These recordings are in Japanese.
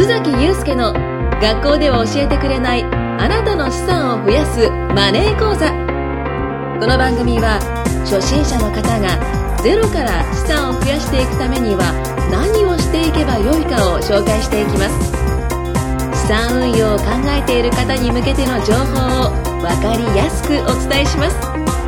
崎祐介の学校では教えてくれないあなたの資産を増やすマネー講座。この番組は初心者の方がゼロから資産を増やしていくためには何をしていけばよいかを紹介していきます。資産運用を考えている方に向けての情報を分かりやすくお伝えします。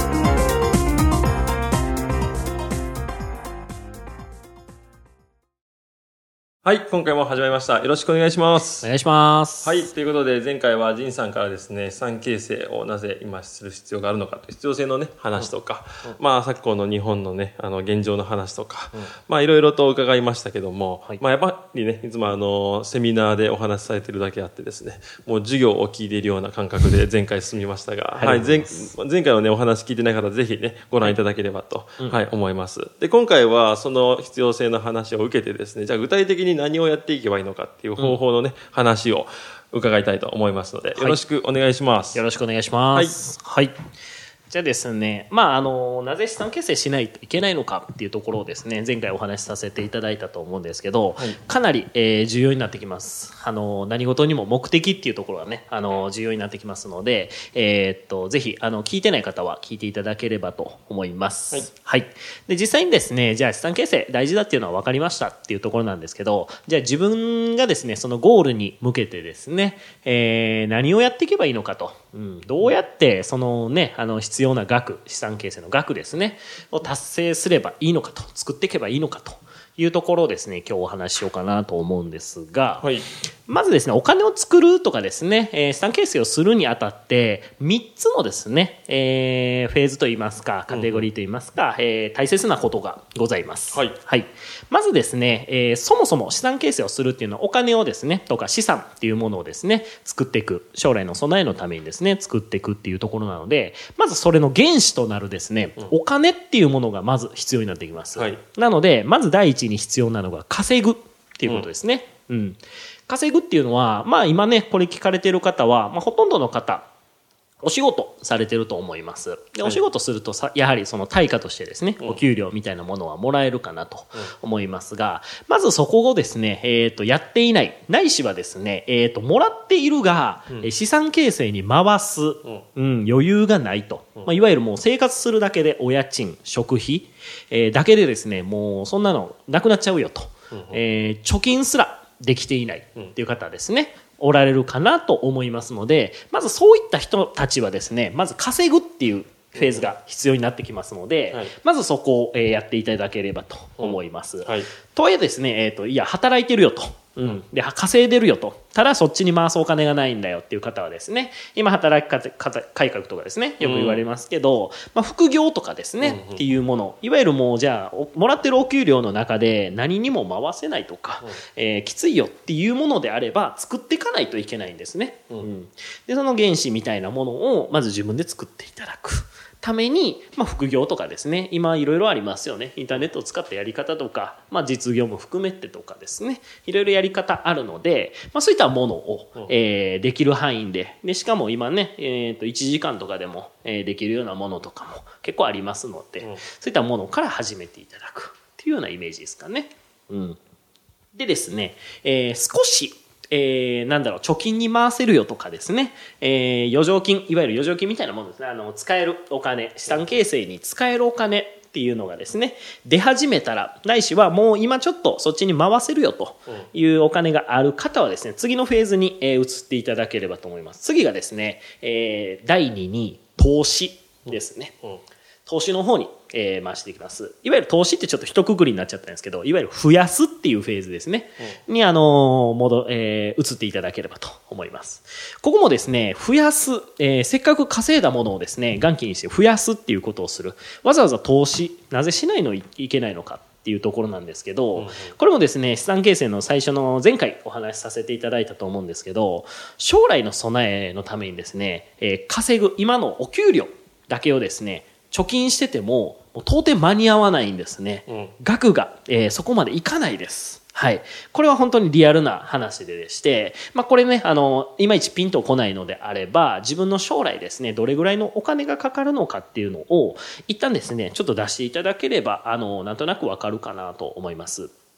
はい、今回も始まりました。よろしくお願いします。 お願いします。 はい、ということで前回は仁さんからですね、資産形成をなぜ今する必要があるのかという必要性のね話とか、昨今の日本のね現状の話とか、いろいろと伺いましたけども、やっぱりねいつもセミナーでお話しされているだけあってですね、もう授業を聞いているような感覚で前回進みましたが、前回のねお話聞いてない方ぜひねご覧いただければと、思います。で今回はその必要性の話を受けてですね、じゃあ具体的に何をやっていけばいいのかっていう方法のね、話を伺いたいと思いますので、よろしくお願いします。 よろしくお願いします。はい。じゃあですね、なぜ資産形成しないといけないのかっていうところをですね、前回お話しさせていただいたと思うんですけど、かなり、重要になってきます。何事にも目的っていうところはね、重要になってきますので、ぜひ、聞いてない方は聞いていただければと思います。はい。で、実際にですね、じゃあ資産形成大事だっていうのは分かりましたっていうところなんですけど、じゃあ自分がですね、そのゴールに向けてですね、何をやっていけばいいのかと、どうやってそのね、必要な額、資産形成の額ですねを達成すればいいのかと、作っていけばいいのかというところをですね、今日お話ししようかなと思うんですが、まずですね、お金を作るとかですね、資産形成をするにあたって3つのですね、フェーズといいますかカテゴリーといいますか、大切なことがございます。まずですね、そもそも資産形成をするっていうのはお金をですねとか資産っていうものをですね作っていく、将来の備えのためにですね作っていくっていうところなので、まずそれの原資となるですね、お金っていうものがまず必要になってきます。なのでまず第一に必要なのが稼ぐっていうことですね。稼ぐっていうのは、今ね、これ聞かれている方は、ほとんどの方、お仕事されてると思います。で、お仕事するとやはりその対価としてですね、お給料みたいなものはもらえるかなと思いますが、まずそこをですね、やっていない、ないしはですね、もらっているが、資産形成に回す、余裕がないと。いわゆるもう生活するだけでお家賃、食費、だけでですね、もうそんなのなくなっちゃうよと。貯金すらできていないっていう方ですね、おられるかなと思いますので、まずそういった人たちはですね、まず稼ぐっていうフェーズが必要になってきますので、まずそこをやっていただければと思います。とはいえですね、いや働いてるよと、で稼いでるよと、ただそっちに回すお金がないんだよっていう方はですね、今働き方改革とかですねよく言われますけど、副業とかですね、っていうもの、いわゆるもうじゃあもらってるお給料の中で何にも回せないとか、きついよっていうものであれば作っていかないといけないんですね。でその原資みたいなものをまず自分で作っていただくために、副業とかですね、今いろいろありますよね。インターネットを使ったやり方とか、実業も含めてとかですね、いろいろやり方あるので、そういったものを、できる範囲で、しかも今ね、1時間とかでも、できるようなものとかも結構ありますので、そういったものから始めていただくっていうようなイメージですかね。でですね、少し貯金に回せるよとかですね、余剰金、いわゆる余剰金みたいなものですね、使えるお金、資産形成に使えるお金っていうのがですね、出始めたら、ないしはもう今ちょっとそっちに回せるよというお金がある方はですね、次のフェーズに移っていただければと思います。次がですね、第2に投資ですね。投資の方に、回していきます。いわゆる投資ってちょっと一括りになっちゃったんですけど、いわゆる増やすっていうフェーズですね。に、移っていただければと思います。ここもですね、増やす、せっかく稼いだものをですね、元気にして増やすっていうことをする。わざわざ投資、なぜしないのいけないのかっていうところなんですけど、これもですね、資産形成の最初の前回お話しさせていただいたと思うんですけど、将来の備えのためにですね、稼ぐ、今のお給料だけをですね、貯金してても到底間に合わないんですね。額が、そこまでいかないです。はい。これは本当にリアルな話でして、これね、いまいちピンとこないのであれば、自分の将来ですね、どれぐらいのお金がかかるのかっていうのを、一旦ですね、ちょっと出していただければ、なんとなくわかるかなと思います。っ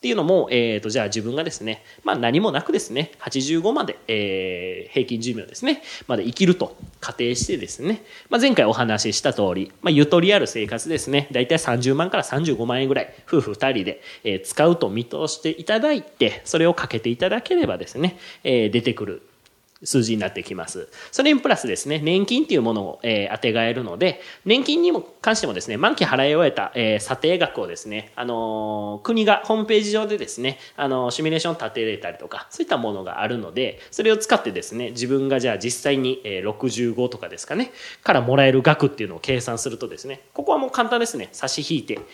っていうのも、じゃあ自分がですね、何もなくですね、85まで、平均寿命ですね、まで生きると仮定してですね、前回お話しした通り、ゆとりある生活ですね、だいたい30万から35万円ぐらい、夫婦2人で、使うと見通していただいて、それをかけていただければですね、出てくる数字になってきます。それにプラスですね、年金っていうものを、当てがえるので、年金にも関してもですね、満期払い終えた、査定額をですね、国がホームページ上でですね、シミュレーション立てれたりとか、そういったものがあるので、それを使ってですね、自分がじゃあ実際に、65とかですかね、からもらえる額っていうのを計算するとですね、ここはもう簡単ですね、差し引いて、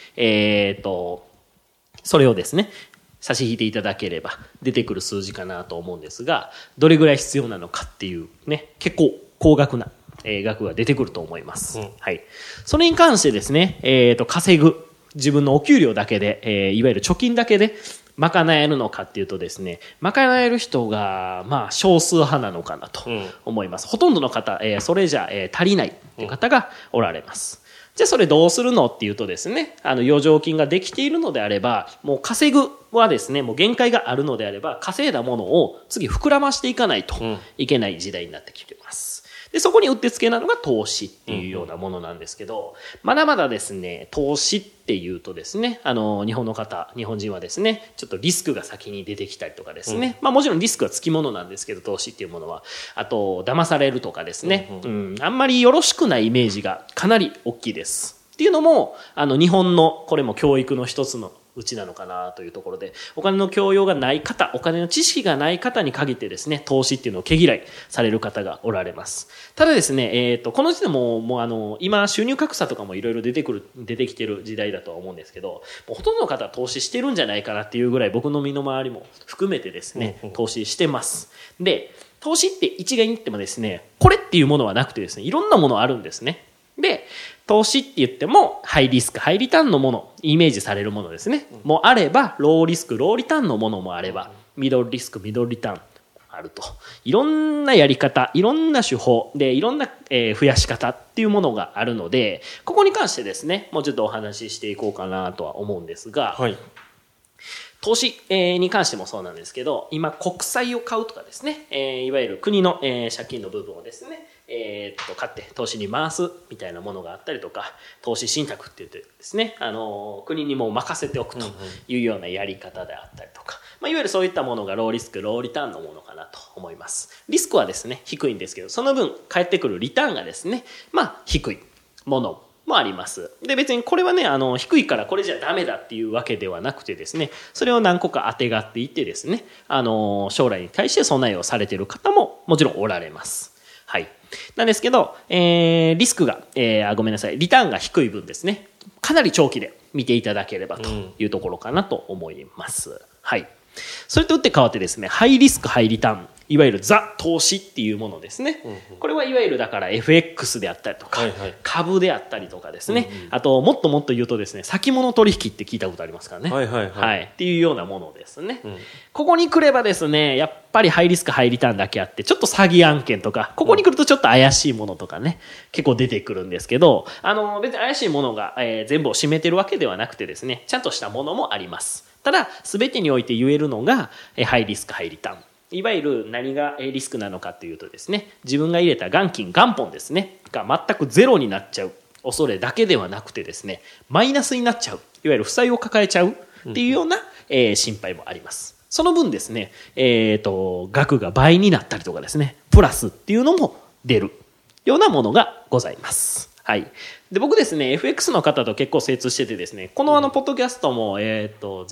それをですね、差し引いていただければ出てくる数字かなと思うんですが、どれぐらい必要なのかっていうね、結構高額な額が出てくると思います。はい。それに関してですね、稼ぐ自分のお給料だけで、いわゆる貯金だけで賄えるのかっていうとですね、賄える人が少数派なのかなと思います。ほとんどの方、それじゃ、足りないっていう方がおられます。じゃあそれどうするのっていうとですね、余剰金ができているのであれば、もう稼ぐはですね、もう限界があるのであれば、稼いだものを次膨らましていかないといけない時代になってきてます。で、そこにうってつけなのが投資っていうようなものなんですけど、まだまだですね、投資っていうとですね、日本人はですね、ちょっとリスクが先に出てきたりとかですね、もちろんリスクはつきものなんですけど、投資っていうものは、あと、騙されるとかですね、あんまりよろしくないイメージがかなり大きいです。っていうのも、日本の、これも教育の一つのうちなのかなというところで、お金の教養がない方、お金の知識がない方に限ってですね、投資っていうのを毛嫌いされる方がおられます。ただですね、この時点でもう今収入格差とかもいろいろ出てきてる時代だとは思うんですけど、もうほとんどの方は投資してるんじゃないかなっていうぐらい僕の身の回りも含めてですね、投資してます。で、投資って一概に言ってもですね、これっていうものはなくてですね、いろんなものあるんですね。で、投資って言っても、ハイリスク、ハイリターンのもの、イメージされるものですね。もあれば、ローリスク、ローリターンのものもあれば、ミドルリスク、ミドルリターンあると。いろんなやり方、いろんな手法で、いろんな、増やし方っていうものがあるので、ここに関してですね、もうちょっとお話ししていこうかなとは思うんですが、 はい。 投資に関してもそうなんですけど、今国債を買うとかですね、いわゆる国の借金の部分をですね、買って投資に回すみたいなものがあったりとか、投資信託って言ってですね、国にもう任せておくというようなやり方であったりとか、いわゆるそういったものがローリスク、ローリターンのものかなと思います。リスクはですね、低いんですけど、その分返ってくるリターンがですね、低いものもあります。で、別にこれはね、低いからこれじゃダメだっていうわけではなくてですね、それを何個か当てがっていってですね、将来に対して備えをされている方ももちろんおられます。はい。なんですけど、リスクが、ごめんなさい、リターンが低い分ですね、かなり長期で見ていただければというところかなと思います。はい。それと打って変わってですね、ハイリスク、ハイリターン。いわゆるザ投資っていうものですね。これはいわゆるだから FX であったりとか、株であったりとかですね。あともっともっと言うとですね、先物取引って聞いたことありますからね。っていうようなものですね。ここに来ればですね、やっぱりハイリスクハイリターンだけあって、ちょっと詐欺案件とか、ここに来るとちょっと怪しいものとかね、結構出てくるんですけど、別に怪しいものが、全部を占めてるわけではなくてですね、ちゃんとしたものもあります。ただ、全てにおいて言えるのが、ハイリスクハイリターン。いわゆる何がリスクなのかというとですね、自分が入れた元金、元本ですね、が全くゼロになっちゃう恐れだけではなくてですね、マイナスになっちゃう、いわゆる負債を抱えちゃうっていうような、心配もあります。その分ですね、額が倍になったりとかですね、プラスっていうのも出るようなものがございます。はい。で、僕ですね、FX の方と結構精通しててですね、このポッドキャストも、前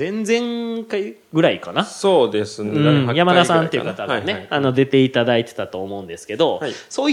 々回ぐらいかな。 そうですね。 山田さんっていう方がね、出ていただいてたと思うんですけど、そういった、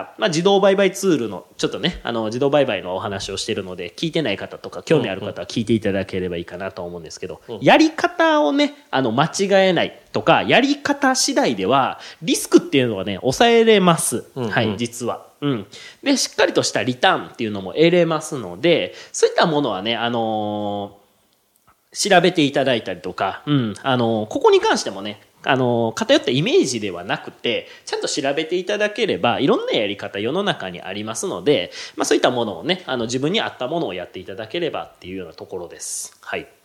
自動売買ツールの、ちょっとね、自動売買のお話をしてるので、聞いてない方とか、興味ある方は聞いていただければいいかなと思うんですけど、やり方をね、間違えないとか、やり方次第では、リスクっていうのはね、抑えれます。はい、実は。で、しっかりとしたリターンっていうのも得れますので、そういったものはね、調べていただいたりとか、ここに関してもね、偏ったイメージではなくて、ちゃんと調べていただければ、いろんなやり方世の中にありますので、そういったものをね、自分に合ったものをやっていただければっていうようなところです。はい。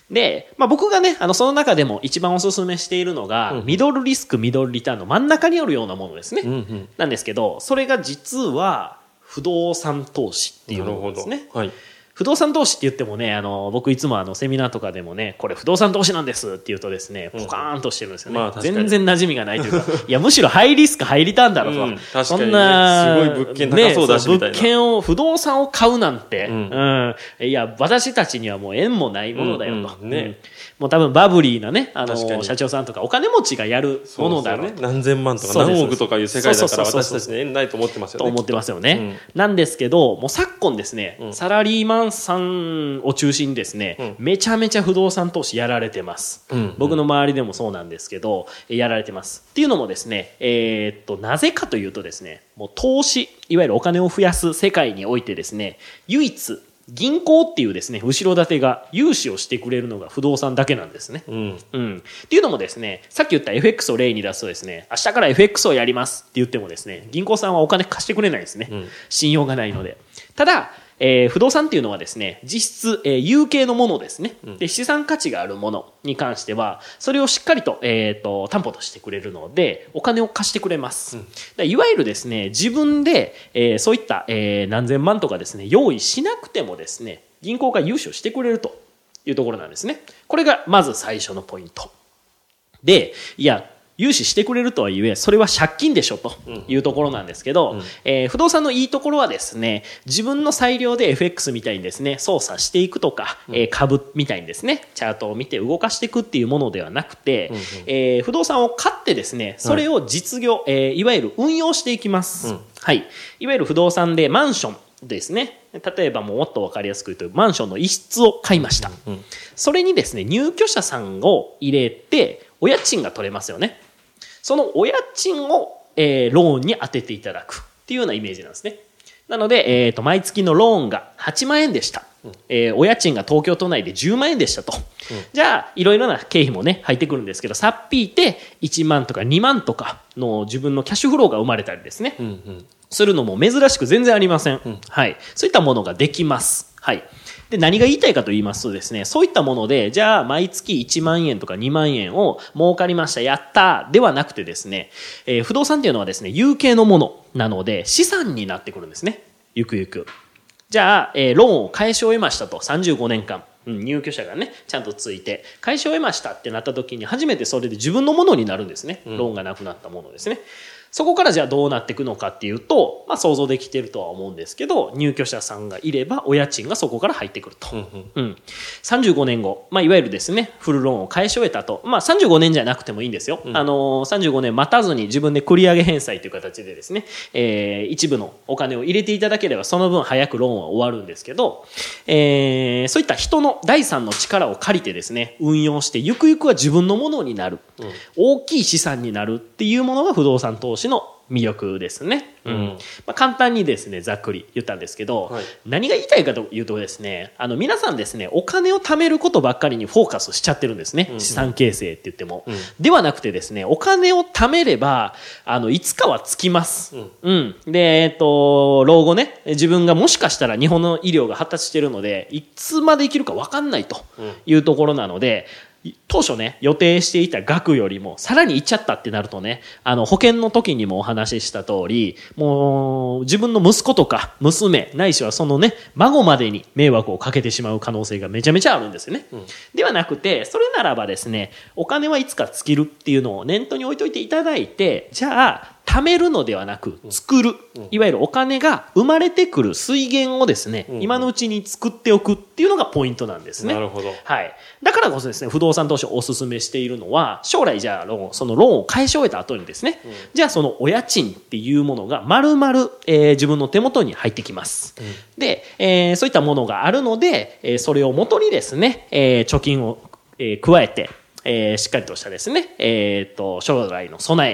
で、僕がね、その中でも一番おすすめしているのが、ミドルリスク、ミドルリターンの真ん中にあるようなものですね。なんですけど、それが実は不動産投資っていうものですね。はい。不動産投資って言ってもね、僕いつもセミナーとかでもね、これ不動産投資なんですって言うとですね、ポカーンとしてるんですよね。全然馴染みがないというか、いや、むしろハイリスク、ハイリターンだろうと。 確かに、ね、そんな、すごい物件高そうだしみたいな。 物件を、不動産を買うなんて、いや、私たちにはもう縁もないものだよと。もう多分バブリーなね、社長さんとかお金持ちがやるものだろう。 何千万とか何億とかいう世界だから私たちに縁ないと思ってますよね。 と思ってますよね。なんですけど、もう昨今ですね、サラリーマンさんを中心にですね、めちゃめちゃ不動産投資やられてます。僕の周りでもそうなんですけど、やられてます。っていうのもですね、なぜかというとですね、もう投資、いわゆるお金を増やす世界においてですね、唯一、銀行っていうですね、後ろ盾が融資をしてくれるのが不動産だけなんですね。っていうのもですね、さっき言った FX を例に出すとですね、明日から FX をやりますって言ってもですね、銀行さんはお金貸してくれないですね。信用がないので。ただ、不動産っていうのはですね、実質、有形のものですね。で、資産価値があるものに関しては、それをしっかりと、担保としてくれるので、お金を貸してくれます。いわゆるですね、自分で、そういった、何千万とかですね、用意しなくてもですね、銀行が融資をしてくれるというところなんですね。これがまず最初のポイント。で、いや、融資してくれるとはいえ、それは借金でしょというところなんですけど、不動産のいいところはですね、自分の裁量で FX みたいにですね、操作していくとか、株みたいにですね、チャートを見て動かしていくっていうものではなくて、不動産を買ってですね、それを実業、いわゆる運用していきます。はい。いわゆる不動産でマンションですね。例えばもっと分かりやすく言うと、マンションの一室を買いました。それにですね、入居者さんを入れて、お家賃が取れますよね。そのお家賃を、ローンに当てていただくっていうようなイメージなんですね。なので、毎月のローンが8万円でした。お家賃が東京都内で10万円でしたと。じゃあ、いろいろな経費もね、入ってくるんですけど、さっぴいて1万とか2万とかの自分のキャッシュフローが生まれたりですね。するのも珍しく全然ありません。はい。そういったものができます。はい。で、何が言いたいかと言いますとですね、そういったもので、じゃあ、毎月1万円とか2万円を儲かりました、やったではなくてですね、不動産っていうのはですね、有形のものなので、資産になってくるんですね。ゆくゆく。じゃあ、ローンを返し終えましたと、35年間。入居者がね、ちゃんとついて、返し終えましたってなった時に、初めてそれで自分のものになるんですね。ローンがなくなったものですね。そこからじゃあどうなっていくのかっていうと、想像できてるとは思うんですけど、入居者さんがいればお家賃がそこから入ってくると。35年後、いわゆるですね、フルローンを返し終えたと。35年じゃなくてもいいんですよ。35年待たずに自分で繰り上げ返済という形でですね、一部のお金を入れていただければその分早くローンは終わるんですけど、そういった人の第三の力を借りてですね、運用してゆくゆくは自分のものになる。大きい資産になるっていうものが不動産投資の魅力ですね。簡単にですね、ざっくり言ったんですけど、何が言いたいかというとですね、皆さんですね、お金を貯めることばっかりにフォーカスしちゃってるんですね。資産形成って言っても。ではなくてですね、お金を貯めれば、いつかはつきます。で、老後ね、自分がもしかしたら日本の医療が発達しているので、いつまで生きるか分かんないというところなので、当初ね、予定していた額よりもさらにいっちゃったってなるとね、保険の時にもお話しした通り、もう自分の息子とか娘、ないしはそのね、孫までに迷惑をかけてしまう可能性がめちゃめちゃあるんですよね。ではなくて、それならばですね、お金はいつか尽きるっていうのを念頭に置いといていただいて、じゃあ、貯めるのではなく作る、いわゆるお金が生まれてくる水源をですね、今のうちに作っておくっていうのがポイントなんですね。 なるほど。 はい。だからこそですね、不動産投資をお勧めしているのは、将来じゃあそのローンを返し終えた後にですね、じゃあそのお家賃っていうものが丸々、自分の手元に入ってきます。で、そういったものがあるので、それを元にですね、貯金を、加えて、しっかりとしたですね、将来の備えに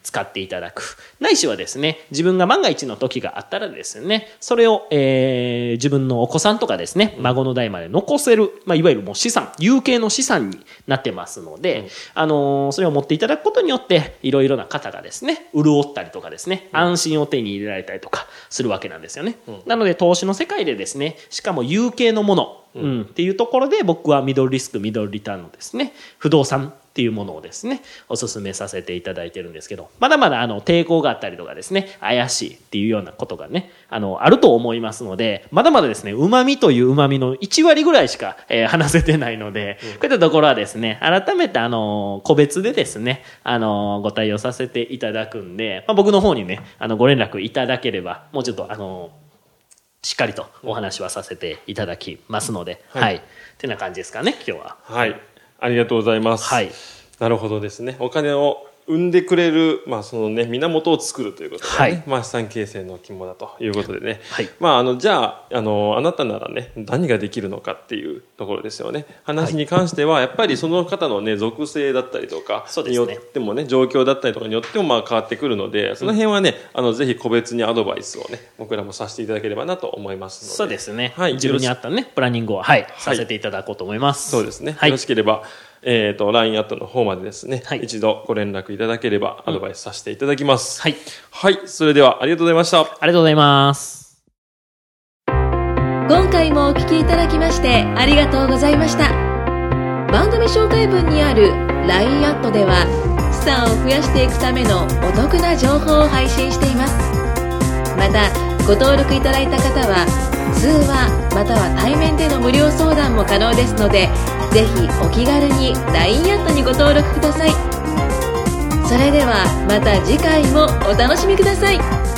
使っていただく。ないしはですね、自分が万が一の時があったらですね、それを、自分のお子さんとかですね、孫の代まで残せる、いわゆるもう資産、有形の資産になってますので、それを持っていただくことによって、いろいろな方がですね、潤ったりとかですね、安心を手に入れられたりとかするわけなんですよね。なので、投資の世界でですね、しかも有形のもの、っていうところで僕はミドルリスク、ミドルリターンのですね、不動産っていうものをですね、お勧めさせていただいてるんですけど、まだまだ抵抗があったりとかですね、怪しいっていうようなことがね、あると思いますので、まだまだですね、旨味という旨味の1割ぐらいしか、話せてないので、こういったところはですね、改めて個別でですね、ご対応させていただくんで、僕の方にね、ご連絡いただければ、もうちょっとしっかりとお話はさせていただきますので、はい。ってな感じですかね、今日は。 はい。ありがとうございます。 はい。なるほどですね。お金を生んでくれる、そのね、源を作るということでね、資産形成の肝だということでね。はい。じゃあ、あなたならね、何ができるのかっていうところですよね。話に関しては、やっぱりその方のね、属性だったりとか、によってもね、状況だったりとかによっても変わってくるので、その辺はね、ぜひ個別にアドバイスをね、僕らもさせていただければなと思いますので。 そうですね。はい。自分に合ったね、プランニングを、させていただこうと思います。 そうですね。よろしければ、LINE アットの方までですね、一度ご連絡いただければアドバイスさせていただきます。はい。はい。それではありがとうございました。ありがとうございます。 今回もお聞きいただきましてありがとうございました。番組紹介文にある LINE アットでは資産を増やしていくためのお得な情報を配信しています。また、ご登録いただいた方は通話または対面での無料相談も可能ですので、ぜひお気軽に LINE アットにご登録ください。それではまた次回もお楽しみください。